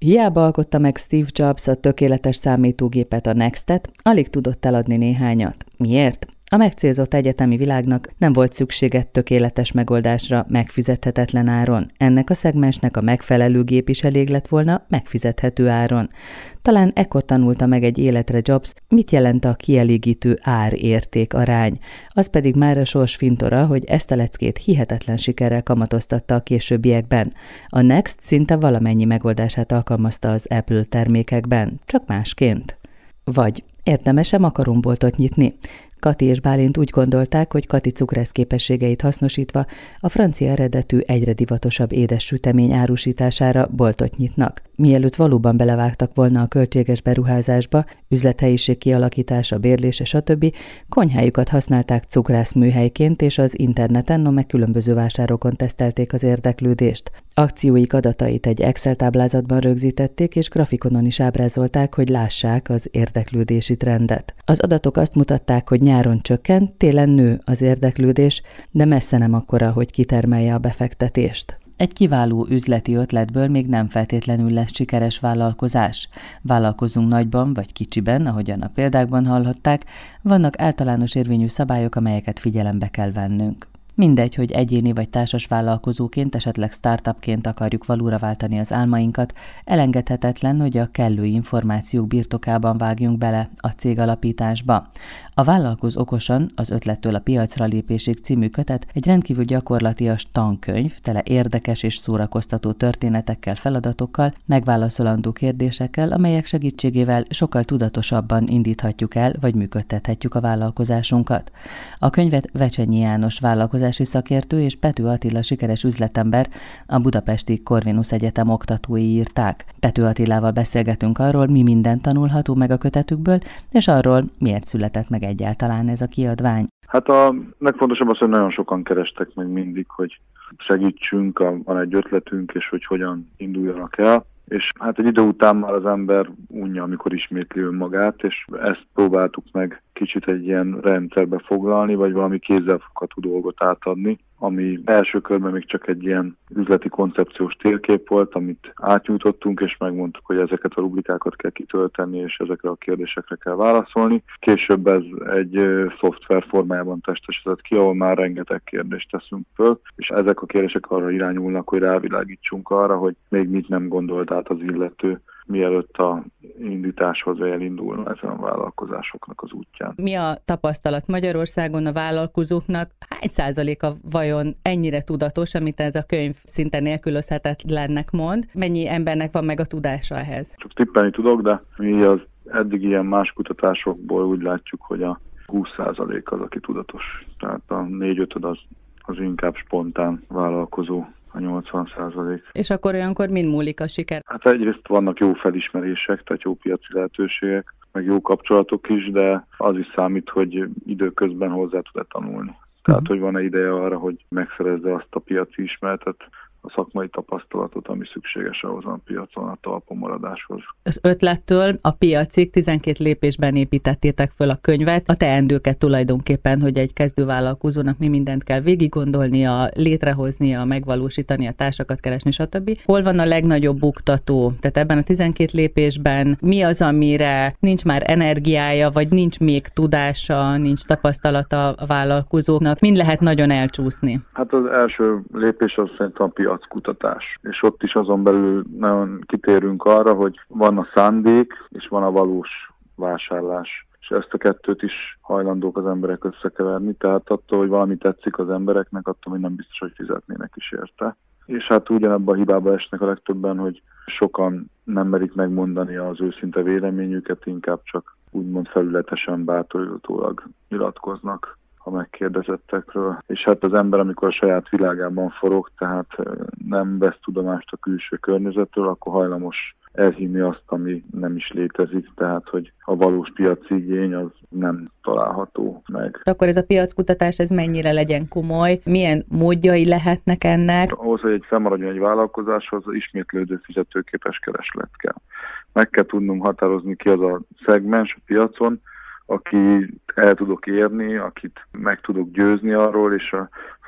Hiába alkotta meg Steve Jobs a tökéletes számítógépet, a Nextet, alig tudott eladni néhányat. Miért? A megcélzott egyetemi világnak nem volt szüksége tökéletes megoldásra megfizethetetlen áron. Ennek a szegmensnek a megfelelő gép is elég lett volna megfizethető áron. Talán ekkor tanulta meg egy életre Jobs, mit jelent a kielégítő ár-érték arány. Az pedig már a sors fintora, hogy ezt a leckét hihetetlen sikerrel kamatoztatta a későbbiekben. A Next szinte valamennyi megoldását alkalmazta az Apple termékekben, csak másként. Vagy érdemes-e makaronboltot nyitni? Kati és Bálint úgy gondolták, hogy Kati cukrász képességeit hasznosítva a francia eredetű egyre divatosabb édes sütemény árusítására boltot nyitnak. Mielőtt valóban belevágtak volna a költséges beruházásba, üzlethelyiség kialakítása, bérlése, stb., konyhájukat használták cukrászműhelyként, és az interneten, meg különböző vásárokon tesztelték az érdeklődést. Akcióik adatait egy Excel táblázatban rögzítették, és grafikonon is ábrázolták, hogy lássák az érdeklődési trendet. Az adatok azt mutatták, hogy nyáron csökken, télen nő az érdeklődés, de messze nem akkora, hogy kitermelje a befektetést. Egy kiváló üzleti ötletből még nem feltétlenül lesz sikeres vállalkozás. Vállalkozunk nagyban vagy kicsiben, ahogyan a példákban hallhatták, vannak általános érvényű szabályok, amelyeket figyelembe kell vennünk. Mindegy, hogy egyéni vagy társas vállalkozóként, esetleg startupként akarjuk valóra váltani az álmainkat, elengedhetetlen, hogy a kellő információk birtokában vágjunk bele a cégalapításba. A Vállalkozz okosan, az ötlettől a piacra lépésig című kötet egy rendkívül gyakorlatias tankönyv, tele érdekes és szórakoztató történetekkel, feladatokkal, megválaszolandó kérdésekkel, amelyek segítségével sokkal tudatosabban indíthatjuk el, vagy működtethetjük a vállalkozásunkat. A könyvet Vecsenyi János vállalkozási szakértő és Pető Attila sikeres üzletember, a Budapesti Corvinus Egyetem oktatói írták. Pető Attilával beszélgetünk arról, mi mindent tanulható meg a kötetükből, és arról, miért született meg egyáltalán ez a kiadvány. Hát a legfontosabb az, hogy nagyon sokan kerestek meg mindig, hogy segítsünk, van egy ötletünk, és hogy hogyan induljanak el. És hát egy idő után már az ember unja, amikor ismétli önmagát, és ezt próbáltuk meg kicsit egy ilyen rendszerbe foglalni, vagy valami kézzelfogható dolgot átadni, ami első körben még csak egy ilyen üzleti koncepciós térkép volt, amit átnyújtottunk, és megmondtuk, hogy ezeket a rubrikákat kell kitölteni, és ezekre a kérdésekre kell válaszolni. Később ez egy szoftver formájában testesedett ki, ahol már rengeteg kérdést teszünk föl, és ezek a kérdések arra irányulnak, hogy rávilágítsunk arra, hogy még mit nem gondolt át az illető, mielőtt a indításhoz elindulna ezen a vállalkozásoknak az útján. Mi a tapasztalat Magyarországon a vállalkozóknak? Hány százaléka vajon ennyire tudatos, amit ez a könyv szinte nélkülözhetetlennek mond? Mennyi embernek van meg a tudása ehhez? Csak tippelni tudok, de mi az eddig ilyen más kutatásokból úgy látjuk, hogy a 20% az, aki tudatos. Tehát a 4/5 az inkább spontán vállalkozó. A 80%. És akkor olyankor mind múlik a siker? Hát egyrészt vannak jó felismerések, tehát jó piaci lehetőségek, meg jó kapcsolatok is, de az is számít, hogy időközben hozzá tud-e tanulni. Tehát, hogy van-e ideje arra, hogy megszerezze azt a piaci ismeretet, a szakmai tapasztalatot, ami szükséges ahhoz a piacon a talpon maradáshoz. Az ötlettől a piacig 12 lépésben építettétek föl a könyvet, a teendőket tulajdonképpen, hogy egy kezdővállalkozónak mi mindent kell végiggondolnia, létrehoznia, megvalósítania, társakat keresni, stb. Hol van a legnagyobb buktató? Tehát ebben a 12 lépésben mi az, amire nincs már energiája, vagy nincs még tudása, nincs tapasztalata a vállalkozóknak? Mind lehet nagyon elcsúszni? Hát az első lépés az szerintem a piackutatás. És ott is azon belül nagyon kitérünk arra, hogy van a szándék, és van a valós vásárlás. És ezt a kettőt is hajlandók az emberek összekeverni, tehát attól, hogy valami tetszik az embereknek, attól, hogy nem biztos, hogy fizetnének is érte. És hát ugyanebben a hibába esnek a legtöbben, hogy sokan nem merik megmondani az őszinte véleményüket, inkább csak úgymond felületesen bátorítólag nyilatkoznak a megkérdezettekről. És hát az ember, amikor a saját világában forog, tehát nem vesz tudomást a külső környezetről, akkor hajlamos elhinni azt, ami nem is létezik, tehát hogy a valós piaci igény az nem található meg. Akkor ez a piackutatás, ez mennyire legyen komoly? Milyen módjai lehetnek ennek? Ahhoz, hogy fennmaradjon egy vállalkozáshoz, ismétlődő fizetőképes kereslet kell. Meg kell tudnunk határozni ki az a szegmens a piacon, aki el tudok érni, akit meg tudok győzni arról, és a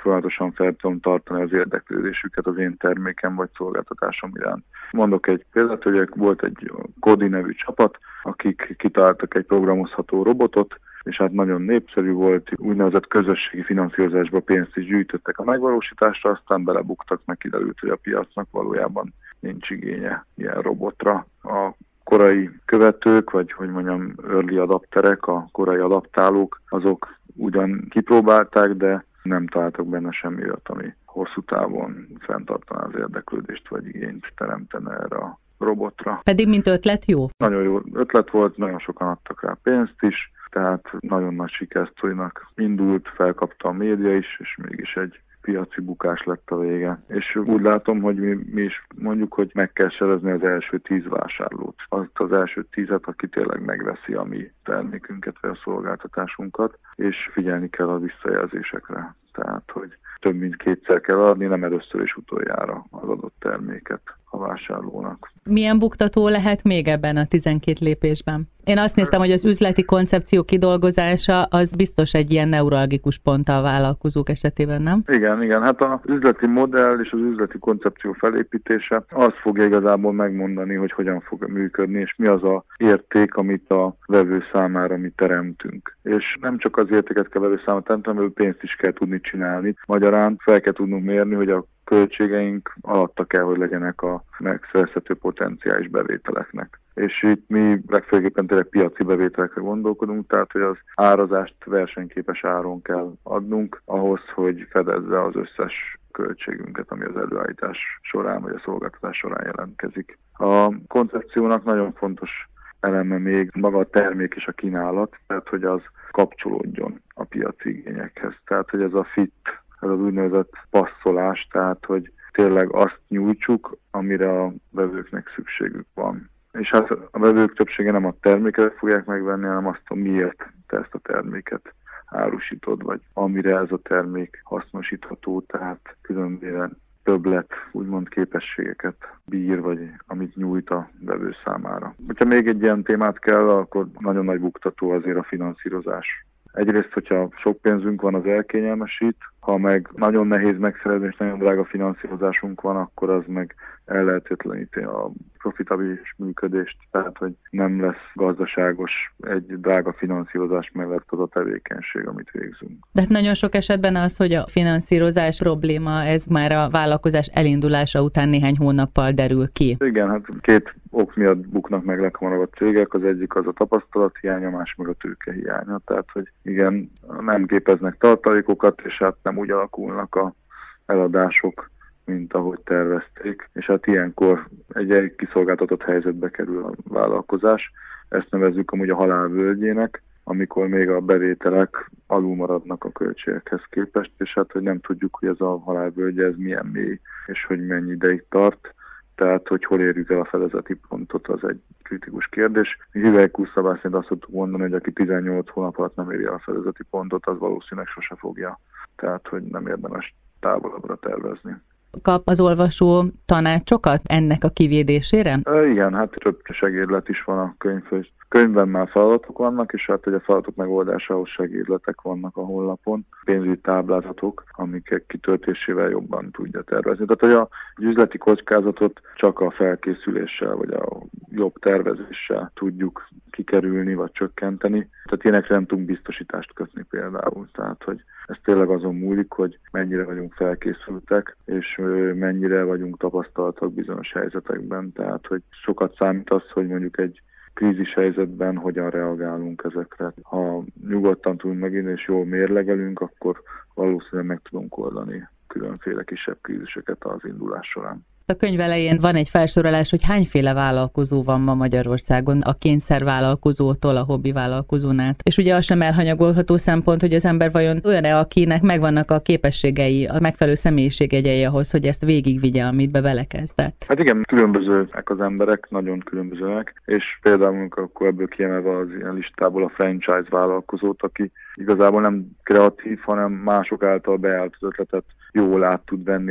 folyamatosan fel tudom tartani az érdeklődésüket az én termékem vagy szolgáltatásom iránt. Mondok egy példát, hogy volt egy Kodi nevű csapat, akik kitaláltak egy programozható robotot, és hát nagyon népszerű volt, úgynevezett közösségi finanszírozásba pénzt is gyűjtöttek a megvalósításra, aztán belebuktak, meg kiderült, hogy a piacnak valójában nincs igénye ilyen robotra. A korai követők, vagy hogy mondjam, early adapterek, a korai adaptálók, azok ugyan kipróbálták, de nem találtak benne semmi olyat, ami hosszú távon fenntartaná az érdeklődést, vagy igényt teremtene erre a robotra. Pedig mint ötlet jó? Nagyon jó ötlet volt, nagyon sokan adtak rá pénzt is, tehát nagyon nagy sikersztorinak indult, felkapta a média is, és mégis egy piaci bukás lett a vége. És úgy látom, hogy mi is mondjuk, hogy meg kell serezni az első 10 vásárlót. Azt az első 10-et, aki tényleg megveszi a mi termékünket, vagy a szolgáltatásunkat, és figyelni kell a visszajelzésekre. Tehát, hogy több mint 2-szer kell adni, nem először és utoljára az adott terméket a vásárlónak. Milyen buktató lehet még ebben a 12 lépésben? Én azt néztem, hogy az üzleti koncepció kidolgozása az biztos egy ilyen neuralgikus pont a vállalkozók esetében, nem? Igen, hát az üzleti modell és az üzleti koncepció felépítése az fogja igazából megmondani, hogy hogyan fog működni, és mi az a érték, amit a vevő számára mi teremtünk. És nem csak az értéket kell vevő számára teremteni, hanem pénzt is kell tudni csinálni. Magyarán fel kell tudnunk mérni, hogy a költségeink alatta kell, hogy legyenek a megszerezhető potenciális bevételeknek. És itt mi legfőképpen tényleg piaci bevételekre gondolkodunk, tehát hogy az árazást versenyképes áron kell adnunk ahhoz, hogy fedezze az összes költségünket, ami az előállítás során vagy a szolgáltatás során jelentkezik. A koncepciónak nagyon fontos eleme még maga a termék és a kínálat, tehát hogy az kapcsolódjon a piaci igényekhez. Tehát hogy ez a fit, ez az úgynevezett passzolás, tehát hogy tényleg azt nyújtsuk, amire a vevőknek szükségük van. És hát a vevők többsége nem a terméket fogják megvenni, hanem azt, hogy miért te ezt a terméket árusítod, vagy amire ez a termék hasznosítható, tehát különböző többlet, úgymond képességeket bír, vagy amit nyújt a vevő számára. Hogyha még egy ilyen témát kell, akkor nagyon nagy buktató azért a finanszírozás. Egyrészt, hogyha sok pénzünk van, az elkényelmesít, ha meg nagyon nehéz megszerezni, és nagyon drága finanszírozásunk van, akkor az meg ellehetetleníti a profitabilis működést, tehát hogy nem lesz gazdaságos egy drága finanszírozás mellett az a tevékenység, amit végzünk. De nagyon sok esetben az, hogy a finanszírozás probléma, ez már a vállalkozás elindulása után néhány hónappal derül ki. Igen, hát 2 ok miatt buknak meg leghamarabb a cégek, az egyik az a tapasztalathiány, a másik meg a tőkehiánya, tehát hogy igen, nem képeznek tartalékokat, és hát nem úgy alakulnak a eladások, mint ahogy tervezték, és hát ilyenkor egy kiszolgáltatott helyzetbe kerül a vállalkozás. Ezt nevezzük amúgy a halál völgyének, amikor még a bevételek alul maradnak a költségekhez képest, és hát hogy nem tudjuk, hogy ez a halál völgye, ez milyen mély, és hogy mennyi ideig tart. Tehát, hogy hol érjük el a fedezeti pontot, az egy kritikus kérdés. Hüvelykúsz szabály szerint azt tudtuk mondani, hogy aki 18 hónap alatt nem éri el a fedezeti pontot, az valószínűleg sose fogja. Tehát, hogy nem érdemes távolabbra tervezni. Kap az olvasó tanácsokat ennek a kivédésére? Igen, hát több segédlet is van a könyvben már feladatok vannak, és hát hogy a feladatok megoldásához segédletek vannak a honlapon, pénzügyi táblázatok, amiket kitöltésével jobban tudja tervezni. Tehát, hogy a üzleti kockázatot csak a felkészüléssel, vagy a jobb tervezéssel tudjuk kikerülni, vagy csökkenteni. Tehát ilyenekre nem tudunk biztosítást kötni például. Tehát, hogy ez tényleg azon múlik, hogy mennyire vagyunk felkészültek, és mennyire vagyunk tapasztaltak bizonyos helyzetekben. Tehát, hogy sokat számít az, hogy mondjuk egy krízis helyzetben hogyan reagálunk ezekre. Ha nyugodtan tudunk megint és jól mérlegelünk, akkor valószínűleg meg tudunk oldani különféle kisebb kríziseket az indulás során. A könyv elején van egy felsorolás, hogy hányféle vállalkozó van ma Magyarországon, a kényszervállalkozótól a hobbi vállalkozón át. És ugye az sem elhanyagolható szempont, hogy az ember vajon olyan-e, akinek megvannak a képességei, a megfelelő személyiségjegyei ahhoz, hogy ezt végigvigye, amit belekezdett. Hát igen, különbözőek az emberek, nagyon különbözőek, és például akkor ebből kiemelve az ilyen listából a franchise vállalkozót, aki igazából nem kreatív, hanem mások által beállt az ötletet jól át tud venni, és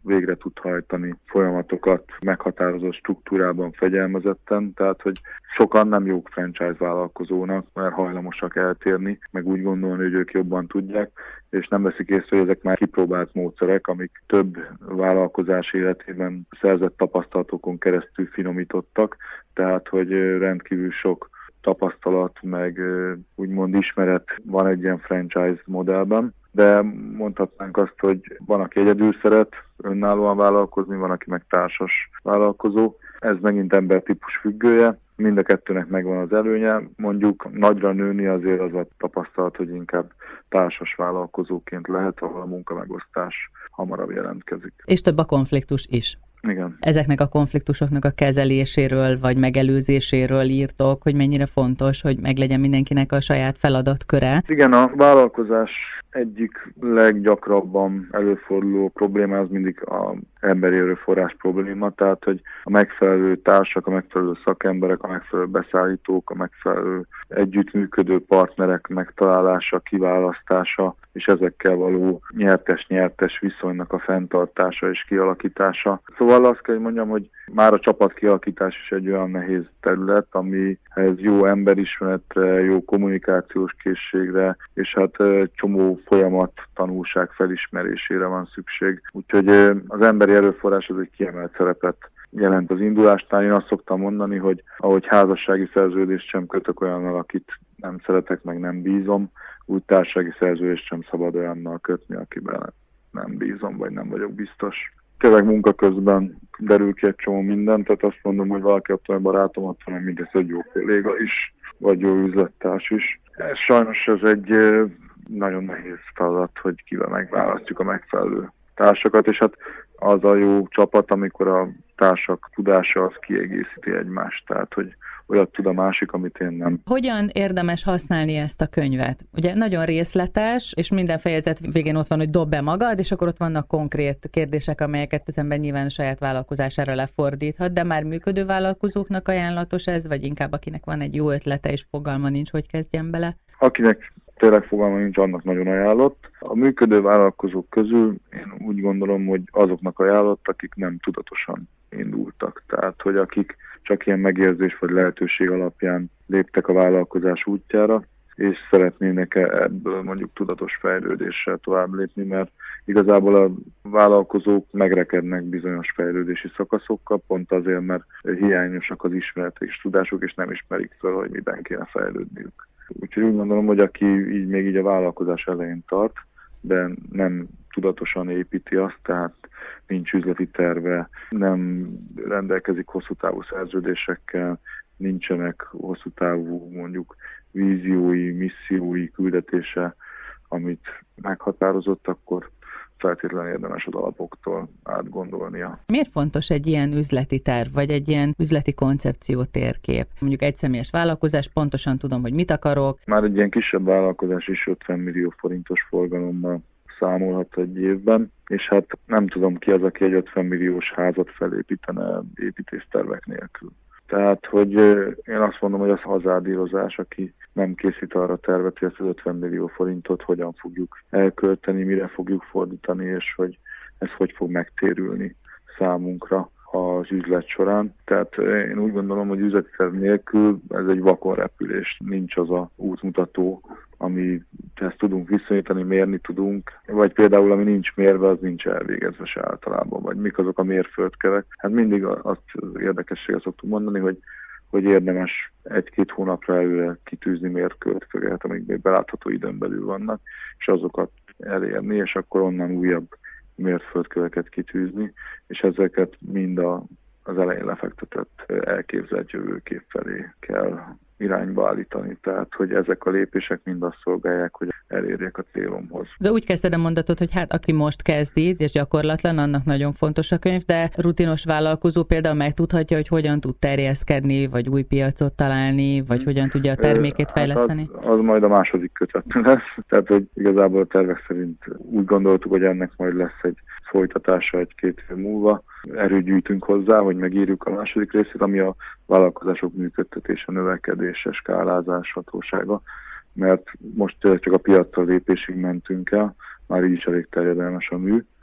végre tud hajtani folyamatokat meghatározott struktúrában, fegyelmezetten, tehát hogy sokan nem jók franchise vállalkozónak, mert hajlamosak eltérni, meg úgy gondolni, hogy ők jobban tudják, és nem veszik észre, hogy ezek már kipróbált módszerek, amik több vállalkozás életében szerzett tapasztalatokon keresztül finomítottak, tehát hogy rendkívül sok tapasztalat, meg úgymond ismeret van egy ilyen franchise modellben, de mondhatnánk azt, hogy van, aki egyedül szeret önállóan vállalkozni, van, aki meg társas vállalkozó. Ez megint embertípus függője, mind a kettőnek megvan az előnye. Mondjuk nagyra nőni azért az a tapasztalat, hogy inkább társas vállalkozóként lehet, ahol a munkamegosztás hamarabb jelentkezik. És több a konfliktus is. Igen. Ezeknek a konfliktusoknak a kezeléséről vagy megelőzéséről írtok, hogy mennyire fontos, hogy meglegyen mindenkinek a saját feladatköre. Igen, a vállalkozás egyik leggyakrabban előforduló probléma az mindig az emberi erőforrás probléma, tehát hogy a megfelelő társak, a megfelelő szakemberek, a megfelelő beszállítók, a megfelelő együttműködő partnerek megtalálása, kiválasztása, és ezekkel való nyertes-nyertes viszonynak a fenntartása és kialakítása. Szóval azt kell, hogy mondjam, hogy már a csapat kialakítás is egy olyan nehéz terület, amihez jó emberismeretre, jó kommunikációs készségre, és hát csomó folyamat, tanulság felismerésére van szükség. Úgyhogy az emberi erőforrás az egy kiemelt szerepet jelent az indulásnál. Én azt szoktam mondani, hogy ahogy házassági szerződést sem kötök olyannal, akit nem szeretek, meg nem bízom, úgy társasági szerződést sem szabad olyannal kötni, akiben nem bízom, vagy nem vagyok biztos. Tényleg munka közben derül ki egy csomó minden, tehát azt mondom, hogy valaki attól, hogy barátom, attól nem mindez egy jó kolléga is, vagy jó üzlettárs is. Sajnos ez egy nagyon nehéz feladat, hogy kivel megválasztjuk a megfelelő társakat, és hát az a jó csapat, amikor a társak tudása az kiegészíti egymást, tehát hogy olyat tud a másik, amit én nem. Hogyan érdemes használni ezt a könyvet? Ugye nagyon részletes, és minden fejezet végén ott van, hogy dob be magad, és akkor ott vannak konkrét kérdések, amelyeket az ember nyilván a saját vállalkozására lefordíthat, de már működő vállalkozóknak ajánlatos ez, vagy inkább akinek van egy jó ötlete, és fogalma nincs, hogy kezdjen bele? Akinek tényleg fogalma nincs, annak nagyon ajánlott. A működő vállalkozók közül én úgy gondolom, hogy azoknak ajánlott, akik nem tudatosan indultak. Tehát, hogy akik csak ilyen megérzés vagy lehetőség alapján léptek a vállalkozás útjára, és szeretnének ebből mondjuk tudatos fejlődéssel tovább lépni, mert igazából a vállalkozók megrekednek bizonyos fejlődési szakaszokkal, pont azért, mert hiányosak az ismeretek és tudások, és nem ismerik fel, hogy miben kéne fejlődniük. Úgyhogy úgy gondolom, hogy aki még így a vállalkozás elején tart, de nem tudatosan építi azt, tehát nincs üzleti terve, nem rendelkezik hosszú távú szerződésekkel, nincsenek hosszú távú mondjuk víziói, missziói, küldetése, amit meghatározott, akkor feltétlenül érdemes az alapoktól átgondolnia. Miért fontos egy ilyen üzleti terv, vagy egy ilyen üzleti koncepció térkép? Mondjuk egy személyes vállalkozás, pontosan tudom, hogy mit akarok. Már egy ilyen kisebb vállalkozás is 50 millió forintos forgalommal számolhat egy évben, és hát nem tudom ki az, aki egy 50 milliós házat felépítene építésztervek nélkül. Tehát, hogy én azt mondom, hogy az hazárdírozás, aki nem készít arra tervet, hogy ezt az 50 millió forintot hogyan fogjuk elkölteni, mire fogjuk fordítani, és hogy ez hogy fog megtérülni számunkra az üzlet során. Tehát én úgy gondolom, hogy üzleti terv nélkül ez egy vakon repülés, nincs az a útmutató, ami ezt tudunk viszonyítani, mérni tudunk, vagy például ami nincs mérve, az nincs elvégezve se általában, vagy mik azok a mérföldkövek. Hát mindig azt az érdekességet szoktuk mondani, hogy érdemes 1-2 hónapra előre kitűzni mérföldköveket, amik még belátható időn belül vannak, és azokat elérni, és akkor onnan újabb mérföldköveket kitűzni, és ezeket mind az elején lefektetett elképzelt jövőkép felé kell irányba állítani. Tehát, hogy ezek a lépések mind azt szolgálják, hogy elérjek a célomhoz. De úgy kezdted a mondatot, hogy hát aki most kezdi, és gyakorlatlan, annak nagyon fontos a könyv, de rutinos vállalkozó például megtudhatja, hogy hogyan tud terjeszkedni, vagy új piacot találni, vagy hogyan tudja a termékét fejleszteni? Hát az majd a második kötet lesz. Tehát, hogy igazából a tervek szerint úgy gondoltuk, hogy ennek majd lesz egy folytatása 1-2 év múlva. Erőt gyűjtünk hozzá, hogy megírjuk a második részét, ami a vállalkozások működtetése, növekedése, skálázás hatósága, mert most csak a piaccal lépésig mentünk el, már így is elég terjedelmes a mű,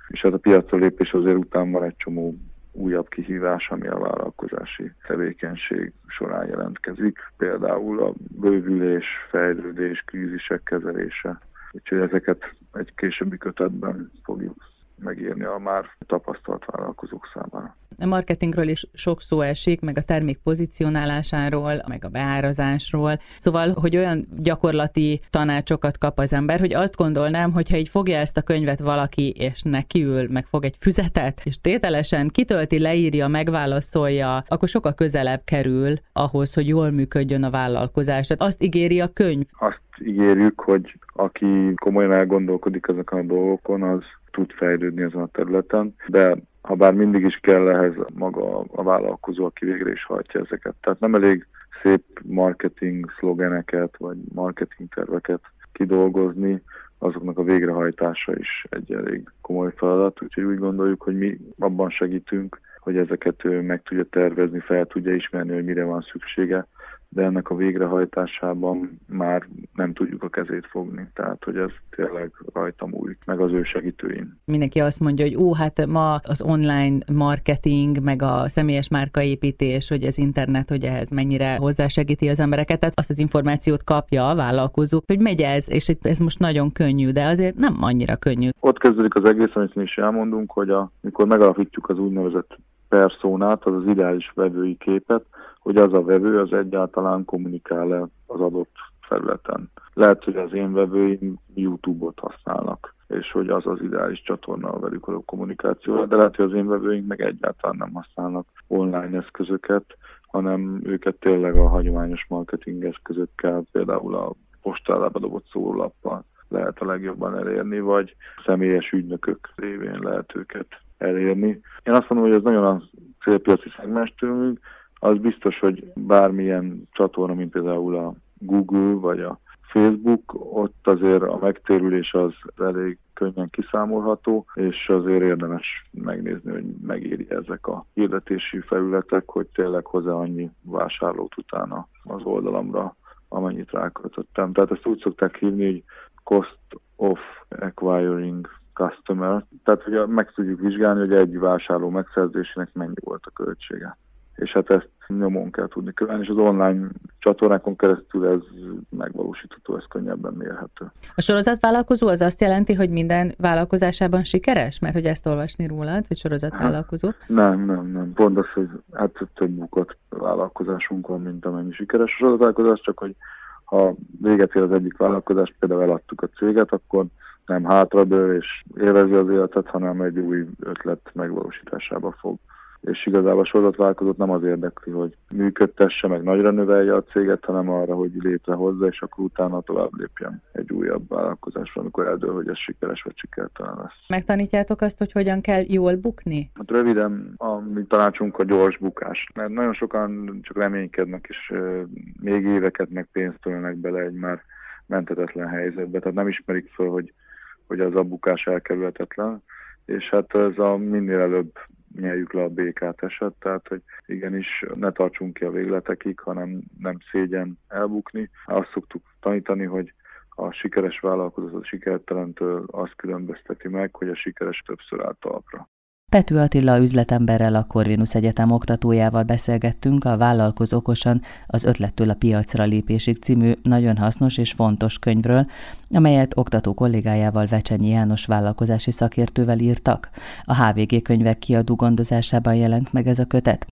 és hát a piacra lépés azért után van egy csomó újabb kihívás, ami a vállalkozási tevékenység során jelentkezik, például a bővülés, fejlődés, krízisek kezelése. Úgyhogy ezeket egy későbbi kötetben fogjuk megírni a már tapasztalt vállalkozók számára. A marketingről is sok szó esik, meg a termék pozicionálásáról, meg a beárazásról. Szóval, hogy olyan gyakorlati tanácsokat kap az ember, hogy azt gondolnám, hogyha így fogja ezt a könyvet valaki, és nekiül, meg fog egy füzetet, és tételesen kitölti, leírja, megválaszolja, akkor sokkal közelebb kerül ahhoz, hogy jól működjön a vállalkozás. Tehát azt ígéri a könyv. Azt ígérjük, hogy aki komolyan elgondolkodik ezeken a dolgokon, az tud fejlődni ezen a területen, de ha bár mindig is kell ehhez maga a vállalkozó, aki végre is hajtja ezeket. Tehát nem elég szép marketing szlogeneket, vagy marketing terveket kidolgozni, azoknak a végrehajtása is egy elég komoly feladat, úgyhogy úgy gondoljuk, hogy mi abban segítünk, hogy ezeket ő meg tudja tervezni, fel tudja ismerni, hogy mire van szüksége, de ennek a végrehajtásában már nem tudjuk a kezét fogni. Tehát, hogy ez tényleg rajta múlik, meg az ő segítőim. Mindenki azt mondja, hogy hát ma az online marketing, meg a személyes márkaépítés, hogy az internet, hogy ehhez mennyire hozzásegíti az embereket, tehát azt az információt kapja a vállalkozó, hogy megy ez, és ez most nagyon könnyű, de azért nem annyira könnyű. Ott kezdődik az egész, amit mi is elmondunk, hogy amikor megalapítjuk az úgynevezett personát, az ideális vevői képet, hogy az a vevő az egyáltalán kommunikál-e az adott felületen. Lehet, hogy az én vevőim YouTube-ot használnak, és hogy az az ideális csatorna a velük való kommunikációra, de lehet, hogy az én vevőink meg egyáltalán nem használnak online eszközöket, hanem őket tényleg a hagyományos marketing eszközökkel, például a postálába dobott szórólappal lehet a legjobban elérni, vagy személyes ügynökök révén lehet őket elérni. Én azt mondom, hogy ez nagyon a célpiaci szegmens tőlünk. Az biztos, hogy bármilyen csatorna, mint például a Google vagy a Facebook, ott azért a megtérülés az elég könnyen kiszámolható, és azért érdemes megnézni, hogy megéri ezek a hirdetési felületek, hogy tényleg hozzá annyi vásárlót utána az oldalamra, amennyit ráköltöttem. Tehát ezt úgy szokták hívni, hogy cost of acquiring customer, tehát hogy meg tudjuk vizsgálni, hogy egy vásárló megszerzésének mennyi volt a költsége. És hát ezt nyomon kell tudni követni, és az online csatornákon keresztül ez megvalósítható, ez könnyebben mérhető. A sorozatvállalkozó az azt jelenti, hogy minden vállalkozásában sikeres? Mert hogy ezt olvasni rólad, hogy sorozatvállalkozó? Nem. Pont az, hogy hát több bukott vállalkozásunk van, mint amennyi sikeres a sorozatvállalkozás, csak hogy ha véget ér az egyik vállalkozás, például eladtuk a céget, akkor nem hátradől és élvezi az életet, hanem egy új ötlet megvalósításába fog. És igazából a sorozatvállalkozót nem az érdekli, hogy működtesse, meg nagyra növelje a céget, hanem arra, hogy létrehozza, és akkor utána tovább lépjen egy újabb vállalkozásra, amikor eldől, hogy ez sikeres vagy sikertelen lesz. Megtanítjátok azt, hogy hogyan kell jól bukni? Hát röviden, a mi tanácsunk a gyors bukás. Mert nagyon sokan csak reménykednek, és még éveket meg pénzt ölnek bele egy már menthetetlen helyzetbe. Tehát nem ismerik föl, hogy az a bukás elkerülhetetlen, és hát ez a minél előbb nyeljük le a békát eset, tehát hogy igenis ne tartsunk ki a végletekig, hanem nem szégyen elbukni. Azt szoktuk tanítani, hogy a sikeres vállalkozó a sikertelentől azt különbözteti meg, hogy a sikeres többször áll talpra. Pető Attila üzletemberrel, a Corvinus Egyetem oktatójával beszélgettünk a Vállalkozz okosan, az ötlettől a piacra lépésig című nagyon hasznos és fontos könyvről, amelyet oktató kollégájával, Vecsenyi János vállalkozási szakértővel írtak. A HVG könyvek kiadó gondozásában jelent meg ez a kötet.